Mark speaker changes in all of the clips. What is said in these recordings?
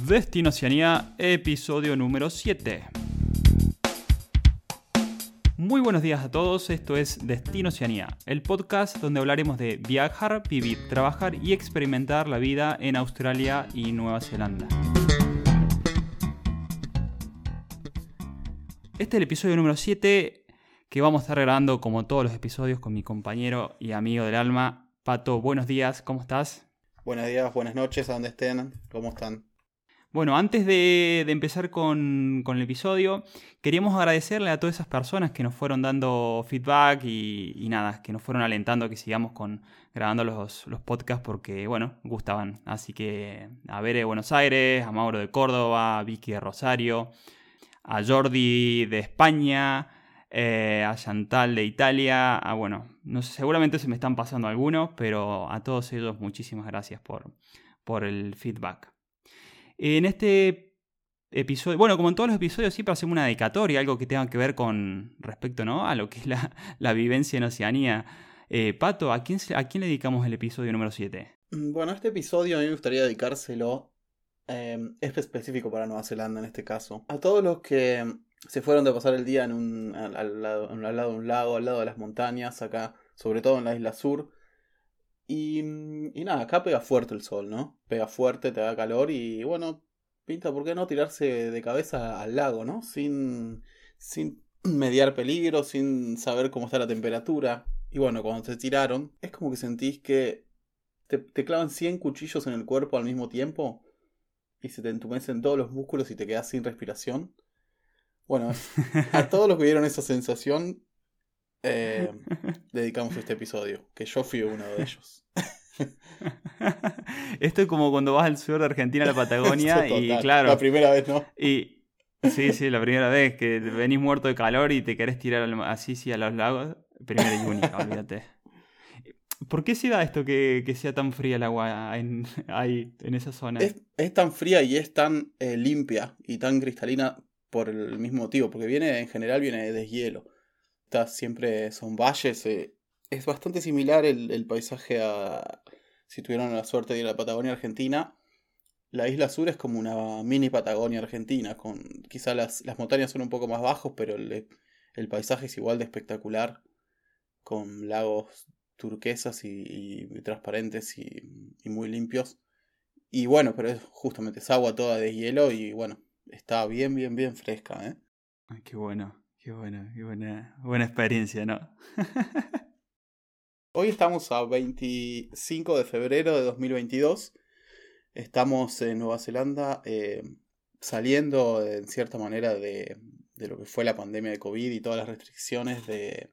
Speaker 1: Destino Oceanía, episodio número 7. Muy buenos días a todos, esto es Destino Oceanía, el podcast donde hablaremos de viajar, vivir, trabajar y experimentar la vida en Australia y Nueva Zelanda. Este es el episodio número 7 que vamos a estar grabando como todos los episodios con mi compañero y amigo del alma, Pato. Buenos días, ¿cómo estás?
Speaker 2: Buenos días, buenas noches, a donde estén, ¿cómo están?
Speaker 1: Bueno, antes de empezar con el episodio, queríamos agradecerle a todas esas personas que nos fueron dando feedback y nada, que nos fueron alentando a que sigamos grabando los podcasts porque, bueno, gustaban. Así que a Bere de Buenos Aires, a Mauro de Córdoba, a Vicky de Rosario, a Jordi de España, a Chantal de Italia, bueno, no sé, seguramente se me están pasando algunos, pero a todos ellos muchísimas gracias por el feedback. En este episodio, bueno, como en todos los episodios, siempre hacemos una dedicatoria, algo que tenga que ver con respecto, ¿no?, a lo que es la vivencia en Oceanía. Pato, ¿a quién le dedicamos el episodio número 7?
Speaker 2: Bueno, este episodio a mí me gustaría dedicárselo, es específico para Nueva Zelanda en este caso, a todos los que se fueron de pasar el día al lado de un lago, al lado de las montañas, acá, sobre todo en la isla sur. Y nada, acá pega fuerte el sol, ¿no? Pega fuerte, te da calor y bueno, pinta, ¿por qué no tirarse de cabeza al lago, ¿no? Sin mediar peligro, sin saber cómo está la temperatura. Y bueno, cuando te tiraron, es como que sentís que te clavan 100 cuchillos en el cuerpo al mismo tiempo y se te entumecen todos los músculos y te quedas sin respiración. Bueno, a todos los que vieron esa sensación, dedicamos este episodio, que yo fui uno de ellos.
Speaker 1: Esto es como cuando vas al sur de Argentina a la Patagonia y claro,
Speaker 2: la primera vez, ¿no?
Speaker 1: Y sí, la primera vez que venís muerto de calor y te querés tirar así a los lagos, primera y única, olvídate. ¿Por qué se da esto que sea tan fría el agua ahí en esa zona?
Speaker 2: Es tan fría y es tan limpia y tan cristalina por el mismo motivo, porque en general viene de deshielo. Siempre son valles. Es bastante similar el paisaje a, si tuvieron la suerte de ir a la Patagonia Argentina. La isla sur es como una mini Patagonia Argentina, con quizá las montañas son un poco más bajos, pero el paisaje es igual de espectacular, con lagos turquesas y transparentes y muy limpios. Y bueno, pero es justamente esa agua toda de hielo y bueno, está bien fresca, ¿eh?
Speaker 1: Ay, qué bueno. Qué buena experiencia, ¿no?
Speaker 2: Hoy estamos a 25 de febrero de 2022. Estamos en Nueva Zelanda saliendo en cierta manera de lo que fue la pandemia de COVID y todas las restricciones de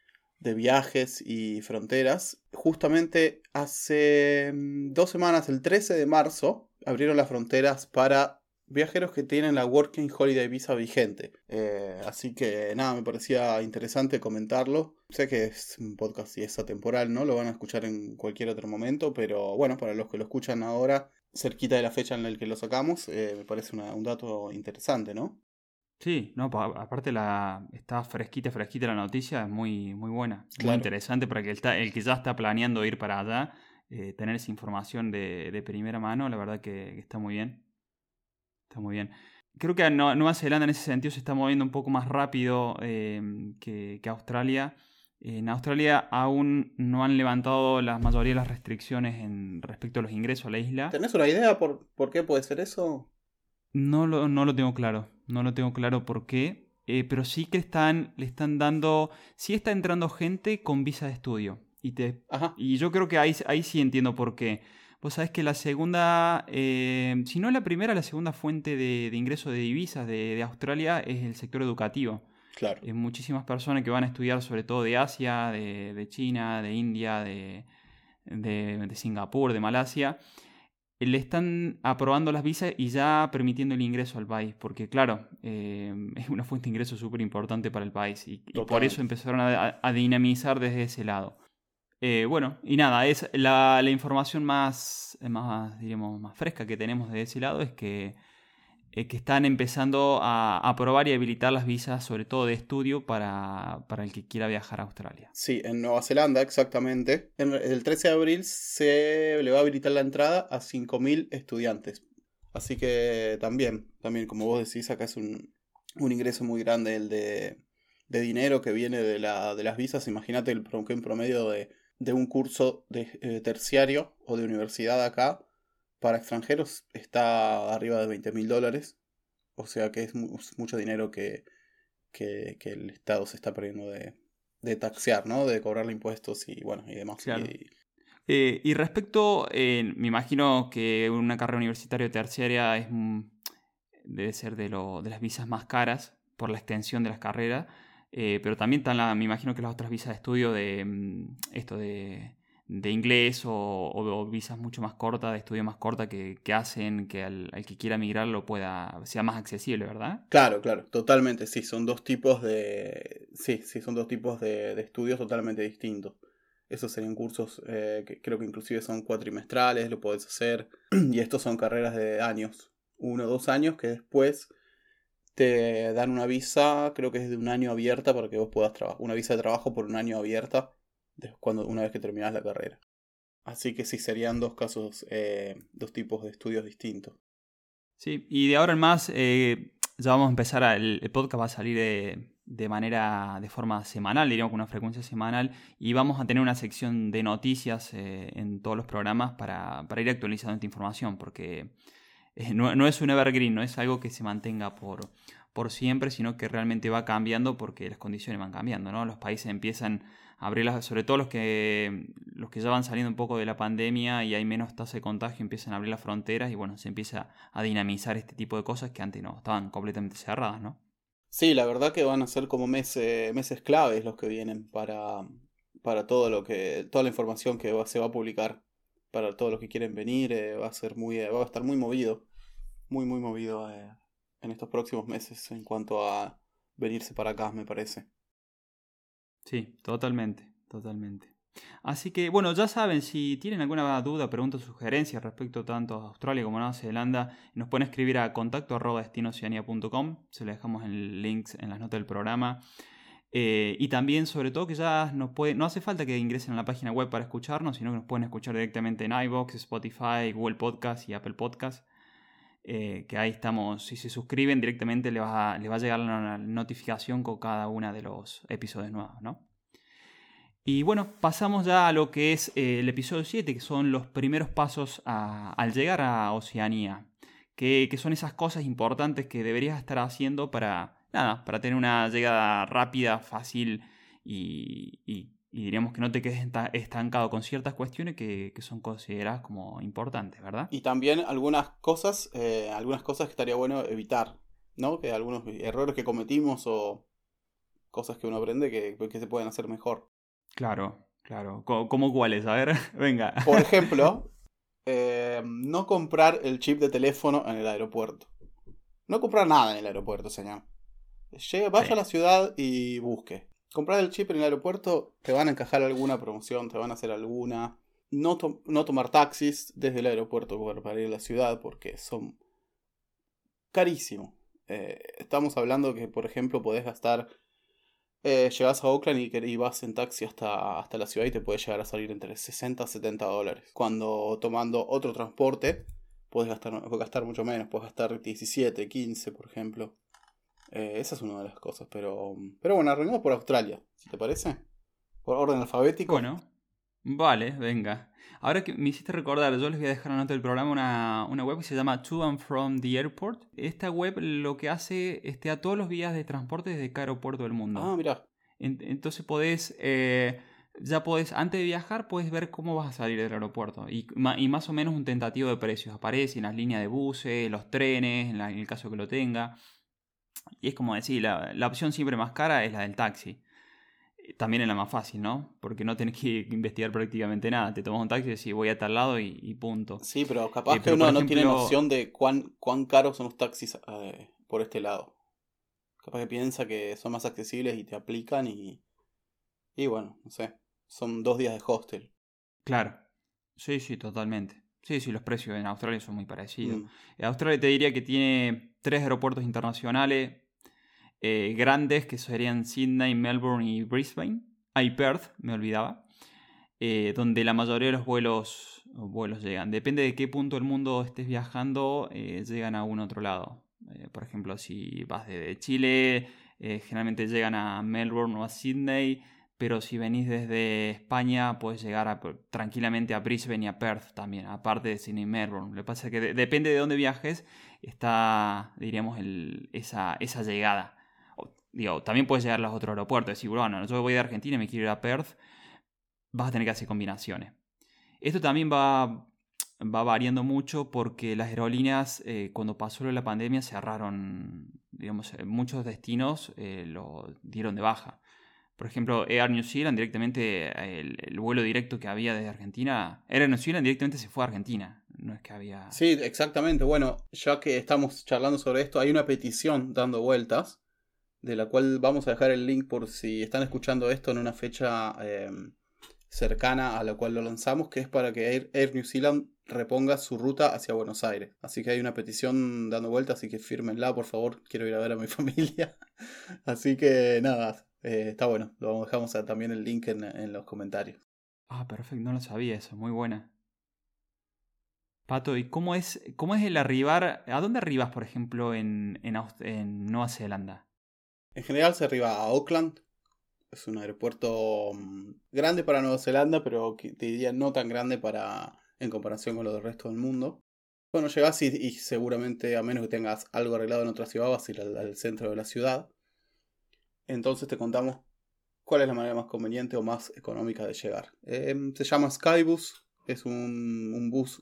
Speaker 2: viajes y fronteras. Justamente hace 2 semanas, el 13 de marzo, abrieron las fronteras para viajeros que tienen la Working Holiday Visa vigente. Así que nada, me parecía interesante comentarlo. Sé que es un podcast y es atemporal, ¿no? Lo van a escuchar en cualquier otro momento, pero bueno, para los que lo escuchan ahora, cerquita de la fecha en la que lo sacamos, me parece un dato interesante, ¿no?
Speaker 1: Sí, no, aparte está fresquita la noticia, es muy buena.
Speaker 2: Claro.
Speaker 1: Muy interesante para el que ya está planeando ir para allá, tener esa información de primera mano, la verdad que está muy bien. Está muy bien. Creo que Nueva Zelanda en ese sentido se está moviendo un poco más rápido que Australia. En Australia aún no han levantado la mayoría de las restricciones respecto a los ingresos a la isla.
Speaker 2: ¿Tenés una idea por qué puede ser eso?
Speaker 1: No lo tengo claro. No lo tengo claro por qué. Pero sí que le están dando... Sí está entrando gente con visa de estudio. Y yo creo que ahí sí entiendo por qué. Vos sabés que la segunda, si no la primera, la segunda fuente de ingreso de divisas de Australia es el sector educativo.
Speaker 2: Claro.
Speaker 1: Muchísimas personas que van a estudiar, sobre todo de Asia, de China, de India, de Singapur, de Malasia, le están aprobando las visas y ya permitiendo el ingreso al país. Porque claro, es una fuente de ingreso súper importante para el país. Y por eso empezaron a dinamizar desde ese lado. Bueno, y nada, es la información más fresca que tenemos de ese lado es que están empezando a aprobar y habilitar las visas, sobre todo de estudio, para el que quiera viajar a Australia.
Speaker 2: Sí, en Nueva Zelanda, exactamente. El 13 de abril se le va a habilitar la entrada a 5.000 estudiantes. Así que también, como vos decís, acá es un ingreso muy grande el de dinero que viene de las visas. Imagínate que un promedio de un curso de terciario o de universidad acá para extranjeros está arriba de $20.000. O sea que es mucho dinero que el Estado se está perdiendo de taxear, ¿no? De cobrarle impuestos y bueno, y demás.
Speaker 1: Claro. Y respecto, me imagino que una carrera universitaria o terciaria debe ser de las visas más caras por la extensión de las carreras, pero también me imagino que las otras visas de estudio de inglés o visas mucho más cortas, de estudio más corta, que hacen que al que quiera migrar sea más accesible, ¿verdad?
Speaker 2: Claro, totalmente, sí, son dos tipos son dos tipos de estudios totalmente distintos. Esos serían cursos que creo que inclusive son cuatrimestrales, lo podés hacer, y estos son carreras de años, 1 o 2 años, que después te dan una visa, creo que es de un año abierta para que vos puedas trabajar, una visa de trabajo por un año abierta, una vez que terminás la carrera. Así que sí, serían dos casos, dos tipos de estudios distintos.
Speaker 1: Sí, y de ahora en más ya vamos a empezar, el podcast va a salir de forma semanal, diríamos con una frecuencia semanal, y vamos a tener una sección de noticias en todos los programas para ir actualizando esta información, porque no es un evergreen, no es algo que se mantenga por siempre, sino que realmente va cambiando porque las condiciones van cambiando, ¿no? Los países empiezan a abrirlas, sobre todo los que ya van saliendo un poco de la pandemia y hay menos tasa de contagio, empiezan a abrir las fronteras y bueno, se empieza a dinamizar este tipo de cosas que antes no estaban completamente cerradas, ¿no?
Speaker 2: Sí, la verdad que van a ser como meses claves los que vienen para toda la información que se va a publicar, para todos los que quieren venir, va a estar muy movido, muy movido en estos próximos meses en cuanto a venirse para acá, me parece.
Speaker 1: Sí, totalmente, totalmente. Así que, bueno, ya saben, si tienen alguna duda, pregunta o sugerencia respecto tanto a Australia como a Nueva Zelanda, nos pueden escribir a contacto@destinoceania.com, se lo dejamos en links en las notas del programa. Y también, sobre todo, que ya no hace falta que ingresen a la página web para escucharnos, sino que nos pueden escuchar directamente en iVoox, Spotify, Google Podcast y Apple Podcast. Que ahí estamos, si se suscriben directamente le va a llegar la notificación con cada uno de los episodios nuevos, ¿no? Y bueno, pasamos ya a lo que es el episodio 7, que son los primeros pasos al llegar a Oceanía, que son esas cosas importantes que deberías estar haciendo para tener una llegada rápida, fácil y diríamos que no te quedes estancado con ciertas cuestiones que son consideradas como importantes, ¿verdad?
Speaker 2: Y también algunas cosas que estaría bueno evitar, ¿no? Que algunos errores que cometimos o cosas que uno aprende que se pueden hacer mejor.
Speaker 1: Claro, claro. ¿Cómo cuáles? A ver, venga.
Speaker 2: Por ejemplo, no comprar el chip de teléfono en el aeropuerto. No comprar nada en el aeropuerto, señor. Vaya a la
Speaker 1: Sí,
Speaker 2: ciudad y busque. Comprar el chip en el aeropuerto, te van a encajar alguna promoción, te van a hacer alguna. No tomar taxis desde el aeropuerto para ir a la ciudad porque son carísimos. Estamos hablando que, por ejemplo, podés gastar. Llegás a Oakland y vas en taxi hasta la ciudad y te puede llegar a salir entre 60 a $70. Cuando tomando otro transporte, puedes gastar mucho menos, puedes gastar 17, 15, por ejemplo. Esa es una de las cosas, pero bueno, arrancamos por Australia, si te parece. Por orden alfabético.
Speaker 1: bueno, vale, venga. Ahora que me hiciste recordar, yo les voy a dejar en la nota del programa una web que se llama To and From the Airport. Esta web lo que hace es te da todos los vías de transporte desde cada aeropuerto del mundo.
Speaker 2: Ah, mirá.
Speaker 1: Entonces antes de viajar, puedes ver cómo vas a salir del aeropuerto y más o menos un tentativo de precios. Aparece en las líneas de buses, los trenes, en el caso que lo tenga. Y es como decir, la opción siempre más cara es la del taxi. También es la más fácil, ¿no? Porque no tenés que investigar prácticamente nada. Te tomas un taxi y decís voy a tal lado y punto.
Speaker 2: Sí, pero capaz que
Speaker 1: Pero por
Speaker 2: uno no tiene
Speaker 1: ejemplo,
Speaker 2: noción de cuán caros son los taxis por este lado. Capaz que piensa que son más accesibles y te aplican y bueno, no sé. Son 2 días de hostel.
Speaker 1: claro, sí, sí, totalmente. Sí, sí, los precios en Australia son muy parecidos.
Speaker 2: Mm.
Speaker 1: Australia te diría que tiene 3 aeropuertos internacionales grandes, que serían Sydney, Melbourne y Brisbane. Hay Perth, me olvidaba. Donde la mayoría de los vuelos vuelos llegan. Depende de qué punto del mundo estés viajando, llegan a un otro lado. Por ejemplo, si vas de Chile, generalmente llegan a Melbourne o a Sydney, pero si venís desde España, puedes llegar tranquilamente a Brisbane y a Perth también, aparte de Sydney y Melbourne. Lo que pasa es que depende de dónde viajes, está, diríamos, esa llegada. Digo, también puedes llegar a los otros aeropuertos. Decir, bueno, yo voy de Argentina y me quiero ir a Perth, vas a tener que hacer combinaciones. Esto también va variando mucho porque las aerolíneas, cuando pasó lo de la pandemia, cerraron, digamos, muchos destinos lo dieron de baja. Por ejemplo, Air New Zealand directamente, el vuelo directo que había desde Argentina, Air New Zealand directamente se fue a Argentina. No es que había...
Speaker 2: Sí, exactamente. Bueno, ya que estamos charlando sobre esto, hay una petición dando vueltas, de la cual vamos a dejar el link por si están escuchando esto en una fecha cercana a la cual lo lanzamos, que es para que Air New Zealand reponga su ruta hacia Buenos Aires. Así que hay una petición dando vueltas, así que fírmenla, por favor. Quiero ir a ver a mi familia. Así que nada, está bueno. Lo dejamos también el link en los comentarios.
Speaker 1: Ah, perfecto, no lo sabía eso, muy buena. Pato, ¿y cómo es el arribar? ¿A dónde arribas, por ejemplo, en Nueva Zelanda?
Speaker 2: En general se arriba a Auckland. Es un aeropuerto grande para Nueva Zelanda, pero te diría no tan grande en comparación con lo del resto del mundo. Bueno, llegás y seguramente, a menos que tengas algo arreglado en otra ciudad, vas a ir al centro de la ciudad. Entonces te contamos cuál es la manera más conveniente o más económica de llegar. Se llama Skybus. Es un bus,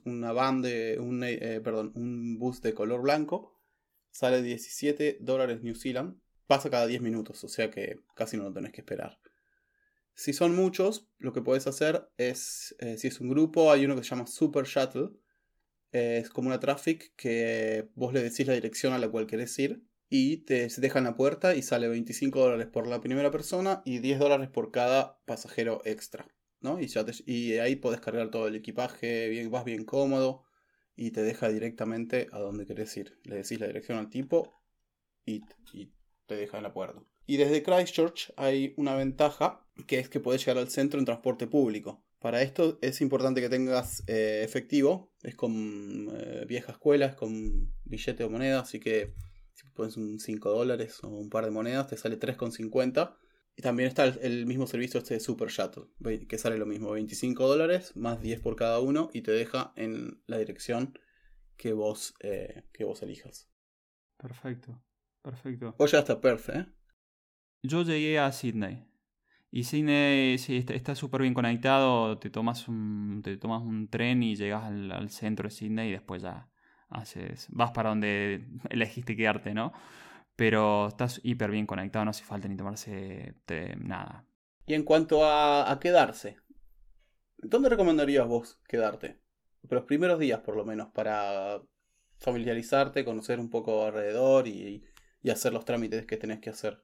Speaker 2: un bus de color blanco. Sale $17 New Zealand. Pasa cada 10 minutos, o sea que casi no lo tenés que esperar. Si son muchos, lo que podés hacer es, si es un grupo, hay uno que se llama Super Shuttle. Es como una traffic que vos le decís la dirección a la cual querés ir y se deja en la puerta y sale $25 por la primera persona y $10 por cada pasajero extra, ¿no? Y ahí podés cargar todo el equipaje, vas bien cómodo y te deja directamente a donde querés ir. Le decís la dirección al tipo y te deja en la puerta. Y desde Christchurch hay una ventaja, que es que podés llegar al centro en transporte público. Para esto es importante que tengas efectivo, es con vieja escuela, es con billete o moneda, así que si pones un $5 o un par de monedas te sale 3,50. Y también está el mismo servicio de Super Shuttle, que sale lo mismo, $25 más 10 por cada uno y te deja en la dirección que vos elijas.
Speaker 1: Perfecto. Perfecto.
Speaker 2: Vos ya está Perth, ¿eh?
Speaker 1: Yo llegué a Sydney. Y Sydney sí, está súper bien conectado. Te tomas un tren y llegas al centro de Sydney y después ya vas para donde elegiste quedarte, ¿no? Pero estás hiper bien conectado, no hace falta ni tomarse nada.
Speaker 2: Y en cuanto a quedarse, ¿dónde recomendarías vos quedarte? Los primeros días, por lo menos, para familiarizarte, conocer un poco alrededor y hacer los trámites que tenés que hacer.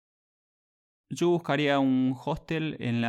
Speaker 1: Yo buscaría un hostel en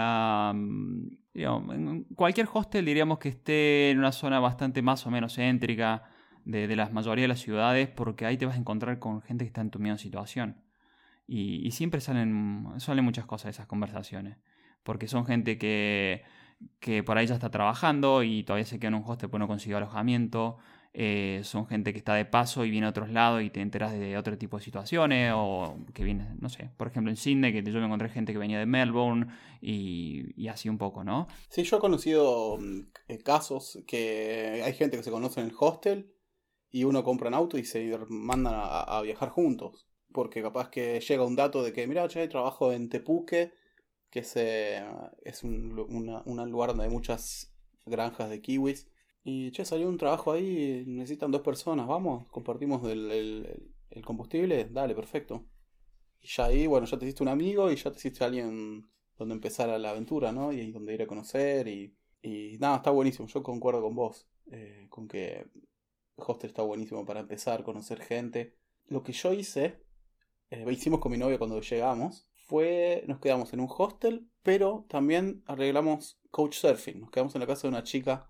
Speaker 1: cualquier hostel diríamos que esté en una zona bastante más o menos céntrica de la mayoría de las ciudades, porque ahí te vas a encontrar con gente que está en tu misma situación. Y siempre salen muchas cosas de esas conversaciones, porque son gente que por ahí ya está trabajando y todavía se queda en un hostel porque no consiguió alojamiento. Son gente que está de paso y viene a otros lados y te enteras de otro tipo de situaciones, o que viene, no sé, por ejemplo en Sydney, que yo me encontré gente que venía de Melbourne y así un poco, ¿no?
Speaker 2: Sí, yo he conocido casos que hay gente que se conoce en el hostel y uno compra un auto y se mandan a viajar juntos, porque capaz que llega un dato de que, mira, yo trabajo en Tepuque, que es un lugar donde hay muchas granjas de kiwis. Y salió un trabajo ahí, necesitan 2 personas, vamos, compartimos el combustible, dale, perfecto. Y ya ahí, bueno, ya te hiciste un amigo y ya te hiciste alguien donde empezar la aventura, ¿no? Y donde ir a conocer y nada, está buenísimo, yo concuerdo con vos, con que hostel está buenísimo para empezar, conocer gente. Lo que yo hicimos con mi novia cuando llegamos, nos quedamos en un hostel, pero también arreglamos couchsurfing, nos quedamos en la casa de una chica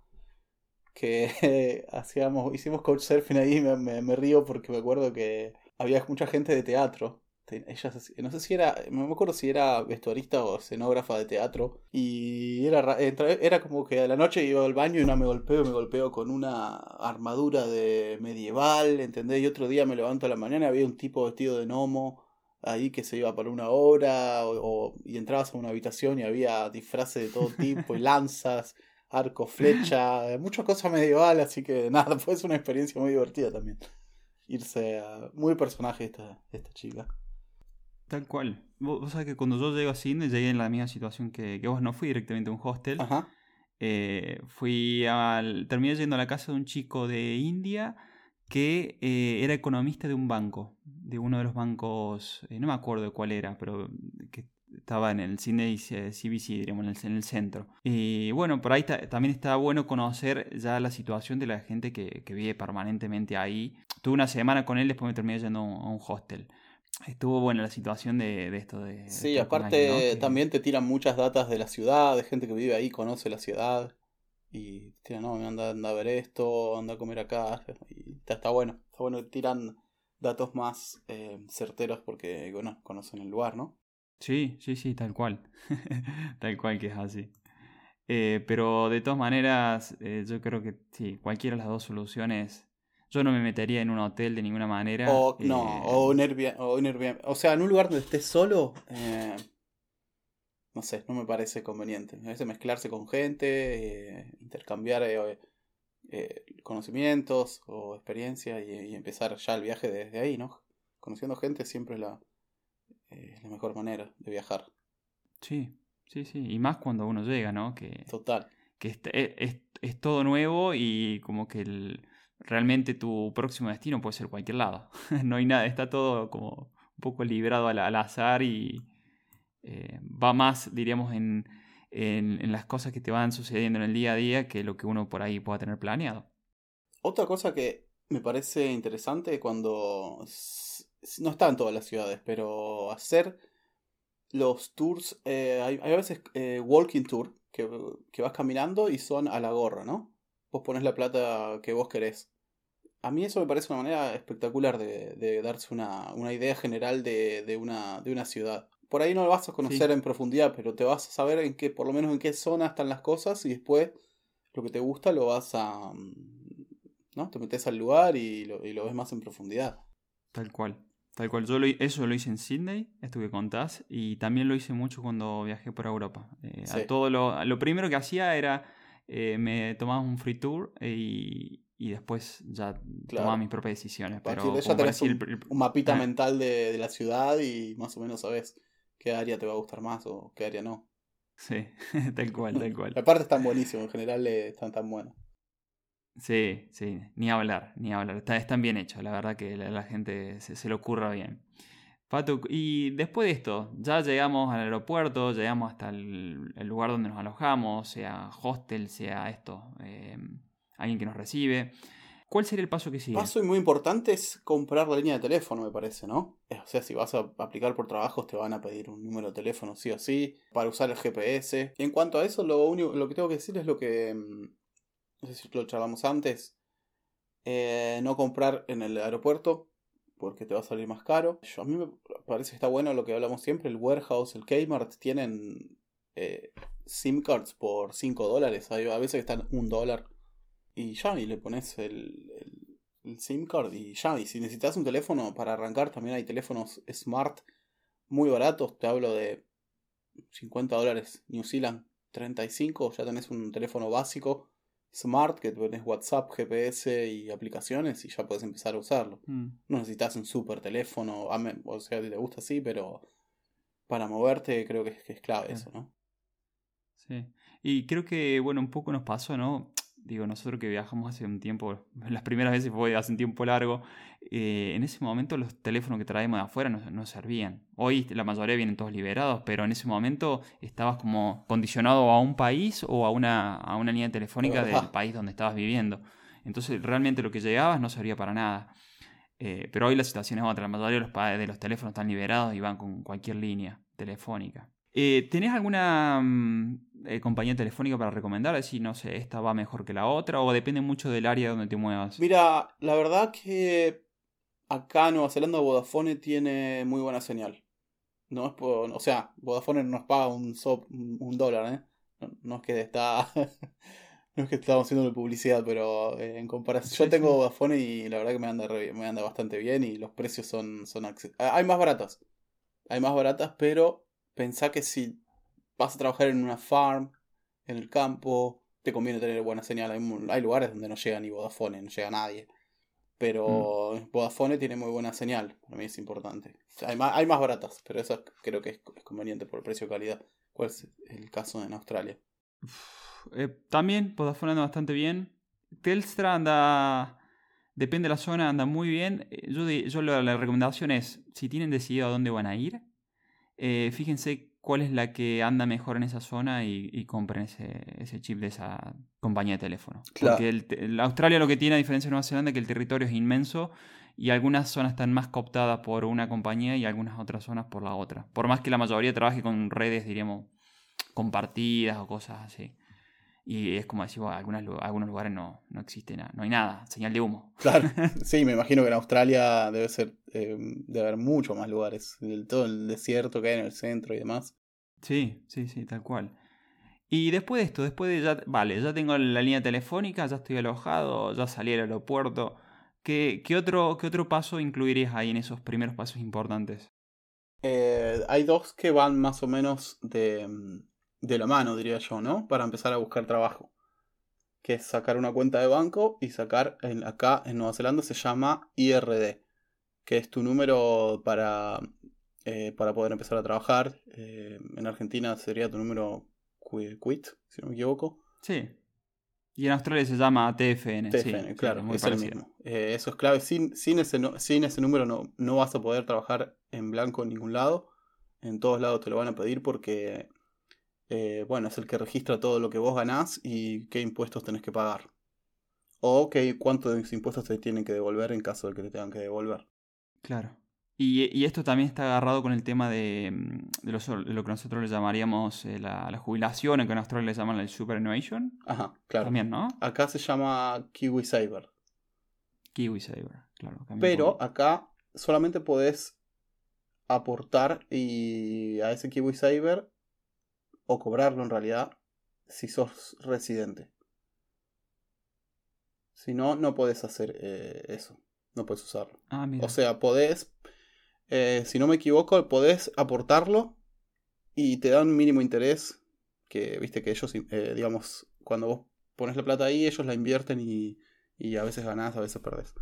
Speaker 2: que hicimos couchsurfing ahí. Me río porque me acuerdo que había mucha gente de teatro ella, no sé si era, no me acuerdo si era vestuarista o escenógrafa de teatro. Y era como que a la noche iba al baño y me golpeo con una armadura de medieval, ¿entendés? Y otro día me levanto a la mañana y había un tipo vestido de gnomo ahí que se iba para una hora. Y entrabas a una habitación y había disfraces de todo tipo y lanzas, arco, flecha, muchas cosas medieval. Así que nada, fue una experiencia muy divertida también. Irse a... Muy personaje esta chica.
Speaker 1: Tal cual. Vos sabés que cuando yo llego a Sydney llegué en la misma situación que vos. No fui directamente a un hostel.
Speaker 2: Ajá.
Speaker 1: Terminé yendo a la casa de un chico de India que era economista de un banco. De uno de los bancos, no me acuerdo de cuál era, pero que estaba en el Sydney CBC, diríamos, en el centro. Y bueno, por ahí también está bueno conocer ya la situación de la gente que vive permanentemente ahí. Tuve una semana con él, después me terminé yendo a un hostel. Estuvo buena la situación de esto de
Speaker 2: Sí,
Speaker 1: estar con
Speaker 2: aparte
Speaker 1: alguien, ¿no?
Speaker 2: también te tiran muchas datas de la ciudad, de gente que vive ahí, conoce la ciudad. Y te tiran, no, anda a ver esto, anda a comer acá. Y está bueno. Está bueno que tiran datos más certeros porque, bueno, conocen el lugar, ¿no?
Speaker 1: Sí, tal cual. Tal cual que es así. Pero de todas maneras, yo creo que sí, cualquiera de las dos soluciones. Yo no me metería en un hotel de ninguna manera.
Speaker 2: O no, o un Airbnb. O sea, en un lugar donde estés solo, no sé, no me parece conveniente. A veces mezclarse con gente, intercambiar conocimientos o experiencias y empezar ya el viaje desde ahí, ¿no? Conociendo gente siempre es la mejor manera de viajar.
Speaker 1: Sí. Y más cuando uno llega, ¿no?
Speaker 2: Total.
Speaker 1: Que es todo nuevo y como que realmente tu próximo destino puede ser cualquier lado. No hay nada, está todo como un poco librado al azar y va más, diríamos, en las cosas que te van sucediendo en el día a día que lo que uno por ahí pueda tener planeado.
Speaker 2: Otra cosa que me parece interesante cuando no está en todas las ciudades, pero hacer los tours, hay a veces walking tour que vas caminando y son a la gorra, ¿no? Vos pones la plata que vos querés. A mí eso me parece una manera espectacular de darse una idea general de una ciudad. Por ahí no lo vas a conocer
Speaker 1: Sí,
Speaker 2: en profundidad, pero te vas a saber por lo menos en qué zona están las cosas y después lo que te gusta lo vas a... ¿no? Te metes al lugar y lo ves más en profundidad.
Speaker 1: tal cual. Tal cual, eso lo hice en Sydney, esto que contás, y también lo hice mucho cuando viajé por Europa.
Speaker 2: Sí,
Speaker 1: Lo primero que hacía era, me tomaba un free tour y después ya tomaba
Speaker 2: claro.
Speaker 1: mis propias decisiones,
Speaker 2: A partir de
Speaker 1: pero
Speaker 2: eso
Speaker 1: como
Speaker 2: tenés
Speaker 1: parecía
Speaker 2: un mapita
Speaker 1: eh,
Speaker 2: mental de la ciudad y más o menos sabes qué área te va a gustar más o qué área no.
Speaker 1: sí, tal cual, tal cual.
Speaker 2: Aparte están buenísimos, en general están tan buenos.
Speaker 1: Sí, ni hablar, ni hablar. Están bien hechos, la verdad que la gente se le ocurra bien. Pato, y después de esto, ya llegamos al aeropuerto, llegamos hasta el lugar donde nos alojamos, sea hostel, sea esto, alguien que nos recibe. ¿Cuál sería el paso que sigue?
Speaker 2: Paso y muy importante es comprar la línea de teléfono, me parece, ¿no? O sea, si vas a aplicar por trabajos te van a pedir un número de teléfono sí o sí, para usar el GPS. Y en cuanto a eso, lo que tengo que decir es lo que, no sé si lo charlamos antes, no comprar en el aeropuerto porque te va a salir más caro. A mí me parece que está bueno lo que hablamos siempre, el Warehouse, el Kmart, tienen SIM cards por $5. A veces están $1. Y ya, y le pones el SIM card y ya. Y si necesitas un teléfono para arrancar, también hay teléfonos smart muy baratos. Te hablo de $50 New Zealand, 35. Ya tenés un teléfono básico smart que tenés WhatsApp, GPS y aplicaciones y ya puedes empezar a usarlo.
Speaker 1: Mm,
Speaker 2: No necesitas un super teléfono, o sea, si te gusta así, pero para moverte creo que es clave
Speaker 1: claro.
Speaker 2: eso, ¿no?
Speaker 1: Sí. Y creo que, bueno, un poco nos pasó, ¿no? Digo, nosotros que viajamos hace un tiempo, las primeras veces fue hace un tiempo largo, en ese momento los teléfonos que traemos de afuera no servían. Hoy la mayoría vienen todos liberados, pero en ese momento estabas como condicionado a un país o a una línea
Speaker 2: Es
Speaker 1: telefónica del
Speaker 2: verdad.
Speaker 1: país donde estabas viviendo. Entonces realmente lo que llegabas no servía para nada. Pero hoy la situación es otra, la mayoría de los teléfonos están liberados y van con cualquier línea telefónica. ¿Tenés alguna compañía telefónica para recomendar? Decir, no sé, esta va mejor que la otra, o depende mucho del área donde te muevas.
Speaker 2: Mira, la verdad que Acá en Nueva Zelanda Vodafone tiene muy buena señal. No es por, o sea, Vodafone nos paga un dólar, ¿eh? No es que está... no es que estamos haciendo publicidad, pero en comparación...
Speaker 1: Sí,
Speaker 2: Yo tengo
Speaker 1: sí.
Speaker 2: Vodafone y la verdad que me anda bastante bien y los precios son hay más baratas. Hay más baratas, pero pensá que si vas a trabajar en una farm, en el campo, te conviene tener buena señal. Hay lugares donde no llega ni Vodafone, no llega nadie.
Speaker 1: Mm.
Speaker 2: Pero Vodafone tiene muy buena señal, para mí es importante. O sea, hay más baratas, pero eso creo que es conveniente por el precio-calidad. ¿Cuál es el caso en Australia?
Speaker 1: También Vodafone anda bastante bien. Telstra anda, depende de la zona, anda muy bien. La recomendación es, si tienen decidido a dónde van a ir, fíjense cuál es la que anda mejor en esa zona y compren ese chip de esa compañía de teléfono.
Speaker 2: Claro,
Speaker 1: Porque Australia lo que tiene a diferencia de Nueva Zelanda es que el territorio es inmenso y algunas zonas están más cooptadas por una compañía y algunas otras zonas por la otra. Por más que la mayoría trabaje con redes, diríamos, compartidas o cosas así. Y es como decir, bueno, algunos lugares no existe nada, no hay nada, señal de humo.
Speaker 2: claro. Sí, me imagino que en Australia debe ser, debe haber mucho más lugares. Todo el desierto que hay en el centro y demás.
Speaker 1: Sí, sí, sí, tal cual. Y después de esto, después de ya, vale, ya tengo la línea telefónica, ya estoy alojado, ya salí al aeropuerto. ¿Qué otro paso incluirías ahí en esos primeros pasos importantes?
Speaker 2: Hay dos que van más o menos de la mano, diría yo, ¿no? Para empezar a buscar trabajo. Que es sacar una cuenta de banco y sacar, acá en Nueva Zelanda se llama IRD, que es tu número para poder empezar a trabajar. En Argentina sería tu número quit, si no me equivoco.
Speaker 1: Sí. Y en Australia se llama TFN, sí,
Speaker 2: TFN,
Speaker 1: sí,
Speaker 2: claro,
Speaker 1: es muy
Speaker 2: es el
Speaker 1: parecido.
Speaker 2: mismo. Eso es clave. Sin ese número no vas a poder trabajar en blanco en ningún lado. En todos lados te lo van a pedir porque, bueno, es el que registra todo lo que vos ganás y qué impuestos tenés que pagar. O cuántos impuestos te tienen que devolver en caso de que te tengan que devolver.
Speaker 1: Claro. Y esto también está agarrado con el tema de lo que nosotros le llamaríamos la jubilación, o que en Australia le llaman el superannuation.
Speaker 2: Ajá, claro.
Speaker 1: También, ¿no?
Speaker 2: Acá se llama KiwiSaver.
Speaker 1: KiwiSaver, claro, cambia un
Speaker 2: Pero
Speaker 1: poquito.
Speaker 2: acá solamente podés aportar a ese KiwiSaver o cobrarlo en realidad si sos residente. Si no, no podés hacer eso. No podés usarlo.
Speaker 1: Ah,
Speaker 2: O
Speaker 1: mira,
Speaker 2: sea, podés, si no me equivoco, podés aportarlo y te dan un mínimo interés. Que viste que ellos, digamos, cuando vos pones la plata ahí, ellos la invierten y a veces ganás, a veces perdés.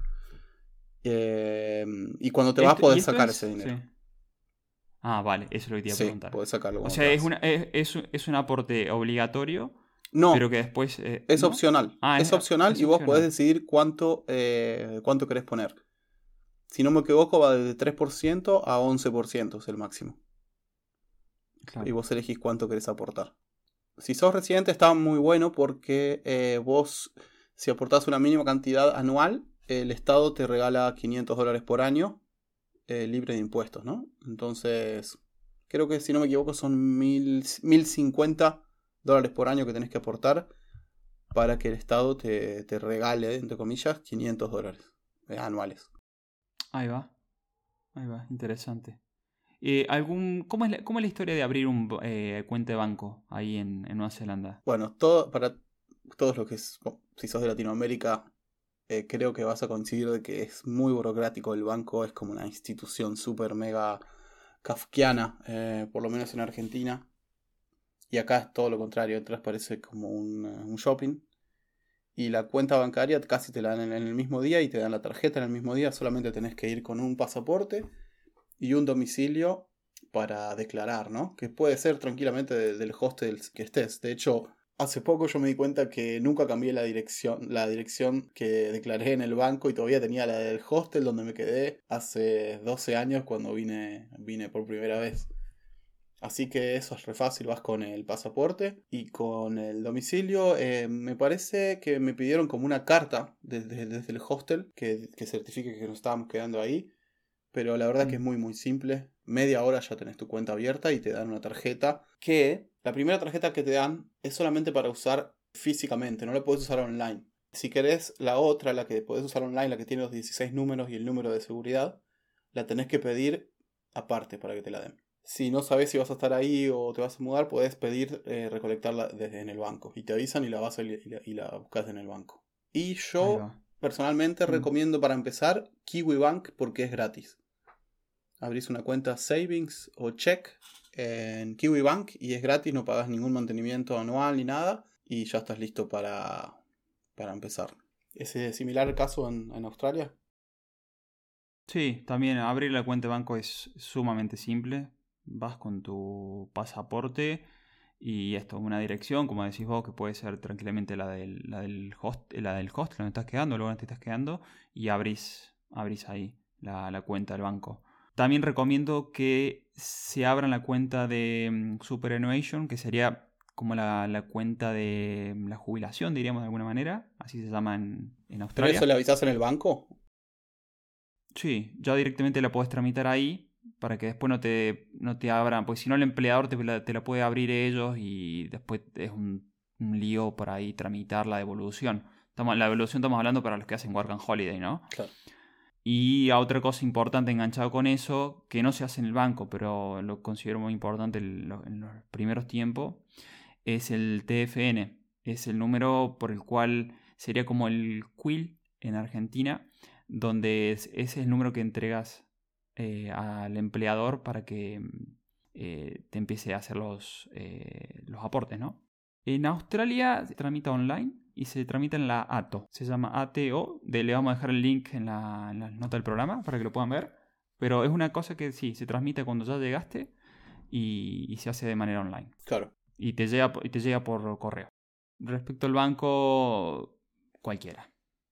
Speaker 2: Y cuando te vas,
Speaker 1: Y
Speaker 2: podés
Speaker 1: esto
Speaker 2: sacar ese
Speaker 1: es, sí.
Speaker 2: dinero.
Speaker 1: Ah, vale, eso es lo que te iba a
Speaker 2: Sí,
Speaker 1: preguntar.
Speaker 2: podés sacarlo
Speaker 1: O
Speaker 2: cuando te
Speaker 1: sea, es,
Speaker 2: vas.
Speaker 1: una, es un aporte obligatorio, pero
Speaker 2: No,
Speaker 1: que después,
Speaker 2: es
Speaker 1: ¿no?
Speaker 2: opcional.
Speaker 1: Ah,
Speaker 2: Es opcional
Speaker 1: es
Speaker 2: y vos podés
Speaker 1: opcional.
Speaker 2: decidir cuánto querés poner. Si no me equivoco, va de 3% a 11% es el máximo. Y
Speaker 1: Claro.
Speaker 2: vos elegís cuánto querés aportar. Si sos residente está muy bueno porque vos, si aportás una mínima cantidad anual, el Estado te regala $500 por año libre de impuestos, ¿no? Entonces, creo que si no me equivoco son 1050 dólares por año que tenés que aportar para que el Estado te regale, entre comillas, $500 anuales.
Speaker 1: Ahí va, interesante. ¿Cómo es la historia de abrir un cuenta de banco ahí en Nueva Zelanda?
Speaker 2: Bueno, para todos los que si sos de Latinoamérica, creo que vas a coincidir de que es muy burocrático el banco, es como una institución súper mega kafkiana, por lo menos en Argentina. Y acá es todo lo contrario, entras parece como un shopping. Y la cuenta bancaria casi te la dan en el mismo día y te dan la tarjeta en el mismo día. Solamente tenés que ir con un pasaporte y un domicilio para declarar, ¿no? Que puede ser tranquilamente del hostel que estés. De hecho, hace poco yo me di cuenta que nunca cambié la dirección que declaré en el banco y todavía tenía la del hostel donde me quedé hace 12 años cuando vine por primera vez. Así que eso es re fácil, vas con el pasaporte y con el domicilio. Me parece que me pidieron como una carta desde el hostel que certifique que nos estábamos quedando ahí. Pero la verdad que es
Speaker 1: Mm.
Speaker 2: muy muy simple. Media hora ya tenés tu cuenta abierta y te dan una tarjeta que la primera tarjeta que te dan es solamente para usar físicamente, no la puedes usar online. si querés la otra, la que podés usar online, la que tiene los 16 números y el número de seguridad, la tenés que pedir aparte para que te la den. Si no sabes si vas a estar ahí o te vas a mudar, podés pedir recolectarla desde en el banco. Y te avisan y la vas y la buscas en el banco. Y
Speaker 1: Ahí
Speaker 2: yo
Speaker 1: va.
Speaker 2: personalmente recomiendo para empezar KiwiBank porque es gratis. Abrís una cuenta Savings o Check en KiwiBank y es gratis, no pagas ningún mantenimiento anual ni nada. Y ya estás listo para empezar. ¿Es similar el caso en Australia?
Speaker 1: Sí, también abrir la cuenta de banco es sumamente simple. Vas con tu pasaporte y esto, una dirección, como decís vos, que puede ser tranquilamente la del hostel donde estás quedando, el lugar donde te estás quedando, y abrís ahí la cuenta del banco. También recomiendo que se abran la cuenta de Superannuation, que sería como la cuenta de la jubilación, diríamos de alguna manera, así se llama en
Speaker 2: ¿Pero
Speaker 1: Australia.
Speaker 2: eso le avisás en el banco?
Speaker 1: Sí, ya directamente la puedes tramitar ahí para que después no te abran, porque si no el empleador te la puede abrir ellos y después es un lío por ahí tramitar la devolución. La devolución estamos hablando para los que hacen Work and Holiday, ¿no?
Speaker 2: Claro.
Speaker 1: Y a otra cosa importante enganchado con eso, que no se hace en el banco, pero lo considero muy importante en los primeros tiempos, es el TFN. Es el número por el cual sería como el QUIL en Argentina, donde ese es el número que entregas al empleador para que te empiece a hacer los aportes, ¿no? En Australia se tramita online y se tramita en la ATO. Se llama ATO. Le vamos a dejar el link en la nota del programa para que lo puedan ver. Pero es una cosa que sí, se transmite cuando ya llegaste y se hace de manera online.
Speaker 2: Claro.
Speaker 1: Y te llega por correo. Respecto al banco, cualquiera.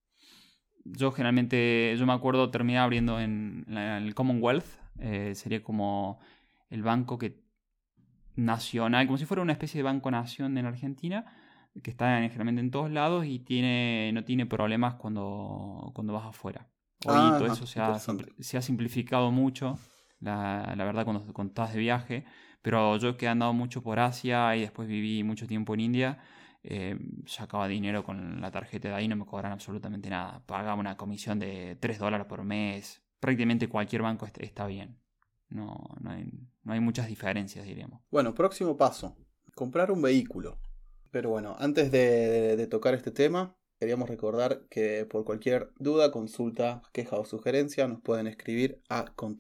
Speaker 1: Yo me acuerdo, terminé abriendo en el Commonwealth. Sería como el banco nacional, como si fuera una especie de banco nación en Argentina, que está generalmente en todos lados y no tiene problemas cuando vas afuera. Hoy todo eso se ha simplificado mucho, la verdad, cuando estás de viaje. Pero yo que he andado mucho por Asia y después viví mucho tiempo en India, sacaba dinero con la tarjeta de ahí, no me cobran absolutamente nada. Pagaba una comisión de $3 por mes. Prácticamente cualquier banco está bien. No hay muchas diferencias, diríamos.
Speaker 2: Bueno, próximo paso. Comprar un vehículo. Pero bueno, antes de tocar este tema, queríamos recordar que por cualquier duda, consulta, queja o sugerencia nos pueden escribir a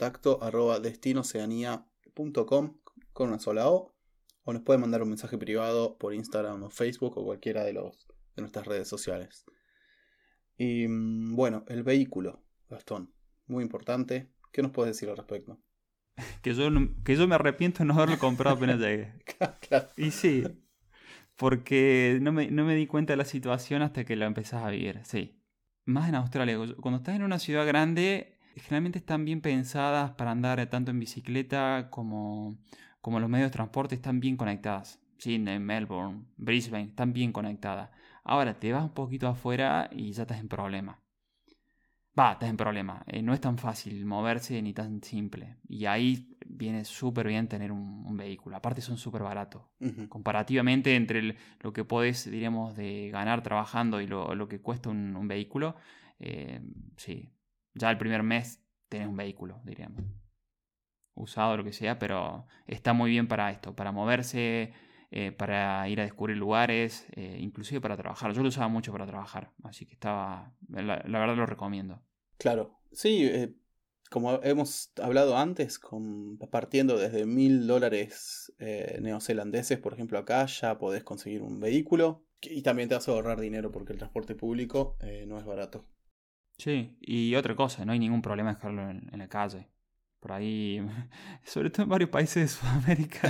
Speaker 2: contacto@destinoceanía.com con una sola O nos pueden mandar un mensaje privado por Instagram o Facebook o cualquiera de nuestras redes sociales. Y bueno, el vehículo, Gastón, muy importante. ¿Qué nos puedes decir al respecto?
Speaker 1: Que yo me arrepiento de no haberlo comprado apenas llegué.
Speaker 2: Claro.
Speaker 1: Y sí, porque no me di cuenta de la situación hasta que la empezás a vivir, sí. Más en Australia, cuando estás en una ciudad grande, generalmente están bien pensadas para andar tanto en bicicleta como los medios de transporte están bien conectadas. Sydney, Melbourne, Brisbane, están bien conectadas. Ahora te vas un poquito afuera y ya estás en problema. Estás en problema. No es tan fácil moverse ni tan simple. Y ahí viene súper bien tener un vehículo. Aparte son súper baratos.
Speaker 2: Uh-huh.
Speaker 1: Comparativamente entre lo que podés, diríamos, de ganar trabajando y lo que cuesta un vehículo, sí. Ya el primer mes tenés un vehículo, diríamos. Usado, lo que sea, pero está muy bien para esto, para moverse, para ir a descubrir lugares, inclusive para trabajar. Yo lo usaba mucho para trabajar, así que la verdad lo recomiendo.
Speaker 2: Claro, sí, como hemos hablado antes, partiendo desde $1.000 neozelandeses, por ejemplo, acá ya podés conseguir un vehículo y también te vas a ahorrar dinero porque el transporte público no es barato.
Speaker 1: Sí, y otra cosa, no hay ningún problema dejarlo en la calle. Por ahí, sobre todo en varios países de Sudamérica.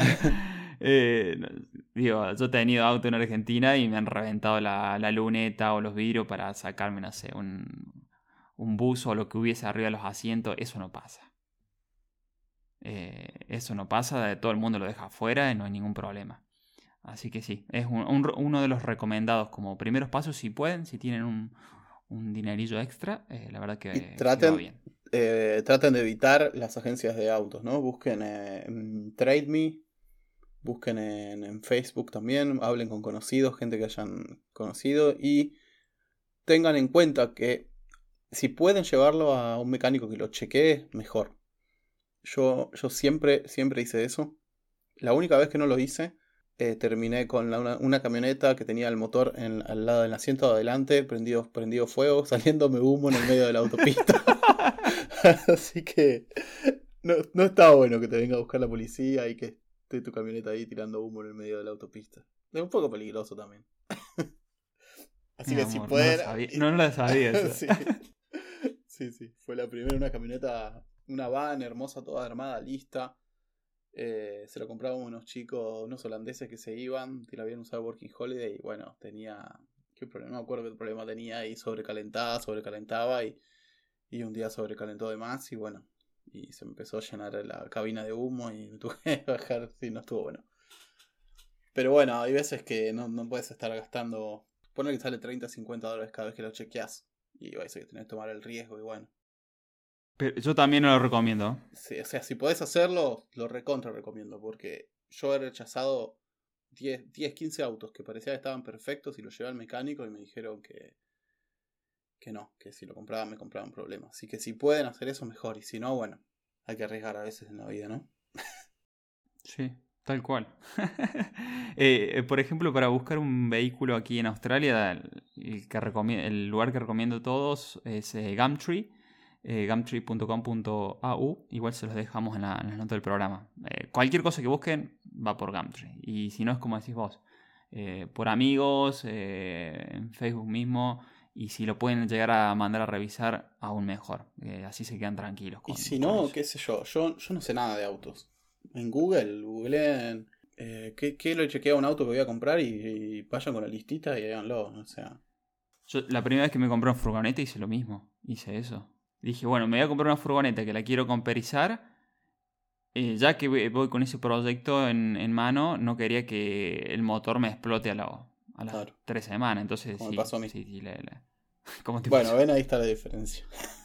Speaker 1: Yo he tenido auto en Argentina y me han reventado la luneta o los vidrios para sacarme, no sé, un bus o lo que hubiese arriba de los asientos. Eso no pasa. Eso no pasa, todo el mundo lo deja afuera y no hay ningún problema. Así que sí, es uno de los recomendados como primeros pasos si pueden, si tienen un dinerillo extra, la verdad que va bien.
Speaker 2: Traten de evitar las agencias de autos, ¿no? Busquen en TradeMe, busquen en Facebook también, hablen con conocidos, gente que hayan conocido y tengan en cuenta que si pueden llevarlo a un mecánico que lo chequee, mejor. Yo siempre hice eso. La única vez que no lo hice, terminé con una camioneta que tenía el motor al lado del asiento de adelante, prendido fuego, saliéndome humo en el medio de la autopista. Así que no está bueno que te venga a buscar la policía y que esté tu camioneta ahí tirando humo en el medio de la autopista. Es un poco peligroso también. Así
Speaker 1: Mi
Speaker 2: que
Speaker 1: amor,
Speaker 2: si pueden...
Speaker 1: No lo sabía eso.
Speaker 2: Sí. Fue la primera, una camioneta, una van hermosa, toda armada, lista. Se lo compraban unos chicos, unos holandeses que se iban, que la habían usado Working Holiday y bueno, tenía... ¿Qué problema? No me acuerdo qué problema tenía y sobrecalentaba y un día sobrecalentó de más y bueno, y se empezó a llenar la cabina de humo y me tuve que bajar, sí, no estuvo bueno. Pero bueno, hay veces que no puedes estar gastando, ponle que sale $30-50 cada vez que lo chequeas y a veces que tenés que tomar el riesgo y bueno.
Speaker 1: Pero yo también no lo recomiendo.
Speaker 2: Sí, o sea, si podés hacerlo, lo recontra recomiendo porque yo he rechazado 10-15 autos que parecía que estaban perfectos y los llevé al mecánico y me dijeron que no, que si lo compraban me compraban problemas. Así que si pueden hacer eso, mejor. Y si no, bueno, hay que arriesgar a veces en la vida, ¿no?
Speaker 1: Sí, tal cual. Por ejemplo, para buscar un vehículo aquí en Australia, el lugar que recomiendo a todos es Gumtree, gumtree.com.au. Igual se los dejamos en las notas del programa. Cualquier cosa que busquen va por Gumtree. Y si no, es como decís vos, por amigos, en Facebook mismo. Y si lo pueden llegar a mandar a revisar, aún mejor. Así se quedan tranquilos.
Speaker 2: Y si no, qué sé yo no sé nada de autos. En googleen qué le chequea a un auto que voy a comprar y vayan con la listita y háganlo. O sea,
Speaker 1: yo la primera vez que me compré una furgoneta hice lo mismo. Hice eso. Dije, bueno, me voy a comprar una furgoneta que la quiero comperizar. Ya que voy con ese proyecto en mano, no quería que el motor me explote a las
Speaker 2: claro,
Speaker 1: 3 semanas. Entonces
Speaker 2: como
Speaker 1: sí,
Speaker 2: me pasó a mí.
Speaker 1: sí, ¿Cómo te
Speaker 2: Bueno,
Speaker 1: pasó?
Speaker 2: ven, ahí está la diferencia.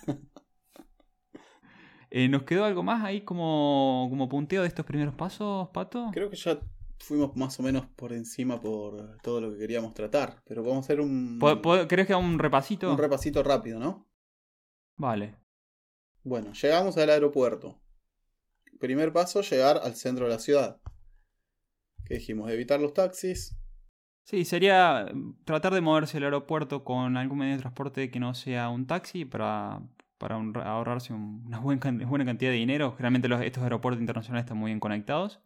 Speaker 1: ¿Nos quedó algo más ahí como punteo de estos primeros pasos, Pato?
Speaker 2: Creo que ya fuimos más o menos por encima por todo lo que queríamos tratar. Pero vamos a hacer
Speaker 1: ¿Querés que haga un repasito?
Speaker 2: un repasito rápido, ¿no?
Speaker 1: Vale.
Speaker 2: Bueno, llegamos al aeropuerto. Primer paso, llegar al centro de la ciudad. ¿Qué dijimos? Evitar los taxis.
Speaker 1: Sí, sería tratar de moverse al aeropuerto con algún medio de transporte que no sea un taxi para ahorrarse una buena cantidad de dinero. Generalmente estos aeropuertos internacionales están muy bien conectados.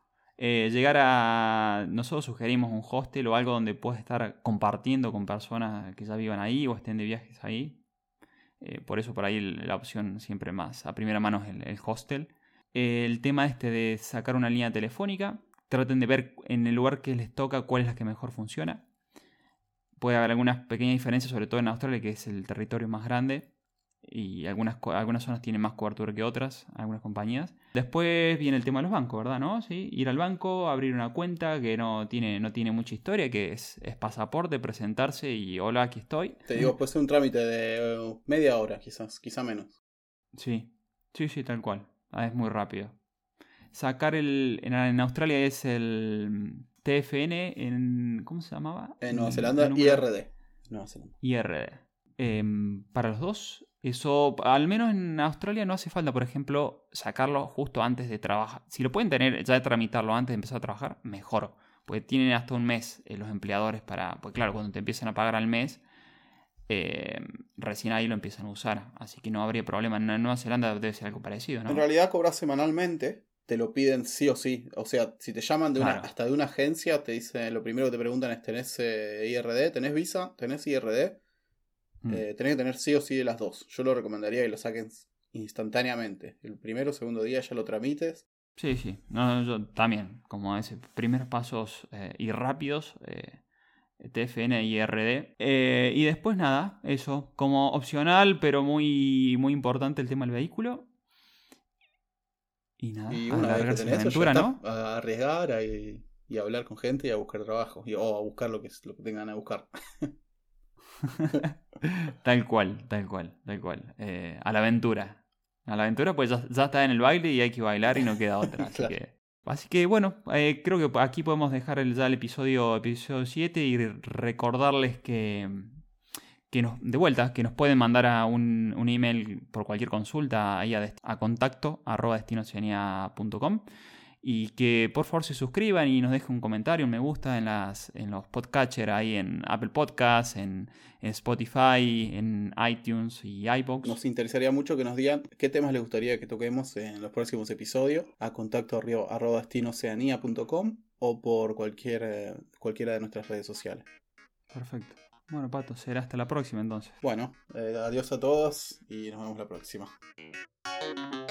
Speaker 1: Nosotros sugerimos un hostel o algo donde puedas estar compartiendo con personas que ya vivan ahí o estén de viajes ahí. Por eso por ahí la opción siempre más a primera mano es el hostel. El tema de sacar una línea telefónica. Traten de ver en el lugar que les toca cuál es la que mejor funciona. Puede haber algunas pequeñas diferencias, sobre todo en Australia, que es el territorio más grande. Y algunas zonas tienen más cobertura que otras, algunas compañías. Después viene el tema de los bancos, ¿verdad? ¿No? ¿Sí? Ir al banco, abrir una cuenta que no tiene mucha historia, que es pasaporte, presentarse y hola, aquí estoy.
Speaker 2: Te digo, puede ser un trámite de media hora, quizá menos.
Speaker 1: Sí, tal cual. Es muy rápido. Sacar en Australia es el TFN ¿cómo se llamaba?
Speaker 2: En Nueva Zelanda, IRD. Nueva Zelanda.
Speaker 1: IRD. Para los dos, eso, al menos en Australia no hace falta, por ejemplo, sacarlo justo antes de trabajar. Si lo pueden tener, ya de tramitarlo antes de empezar a trabajar, mejor. Porque tienen hasta un mes los empleadores pues claro, cuando te empiezan a pagar al mes, recién ahí lo empiezan a usar. Así que no habría problema. En Nueva Zelanda debe ser algo parecido, ¿no?
Speaker 2: En realidad cobras semanalmente, te lo piden sí o sí. O sea, si te llaman hasta de una agencia, te dicen, lo primero que te preguntan es, ¿tenés IRD? ¿Tenés visa? ¿Tenés IRD? Tenés que tener sí o sí de las dos. Yo lo recomendaría que lo saquen instantáneamente. El primero o segundo día ya lo tramites.
Speaker 1: Sí. No, yo también, como ese primeros pasos y rápidos, TFN y IRD. Y después nada, eso, como opcional, pero muy, muy importante el tema del vehículo. Y nada,
Speaker 2: Y una vez que tenés eso,
Speaker 1: aventura,
Speaker 2: ya
Speaker 1: ¿no?
Speaker 2: está, a arriesgar y a hablar con gente y a buscar trabajo. O a buscar lo que tengan a buscar.
Speaker 1: Tal cual. A la aventura. A la aventura, pues ya está en el baile y hay que bailar y no queda otra.
Speaker 2: Claro.
Speaker 1: Así que bueno, creo que aquí podemos dejar ya el episodio 7 y recordarles que de vuelta, que nos pueden mandar a un email por cualquier consulta ahí a contacto@destinoceania.com, y que por favor se suscriban y nos dejen un comentario, un me gusta en los podcatchers, ahí en Apple Podcasts, en Spotify, en iTunes y iVoox.
Speaker 2: Nos interesaría mucho que nos digan qué temas les gustaría que toquemos en los próximos episodios a contacto@destinoceania.com o por cualquiera de nuestras redes sociales.
Speaker 1: Perfecto. Bueno, Pato, será hasta la próxima entonces.
Speaker 2: Bueno, adiós a todos y nos vemos la próxima.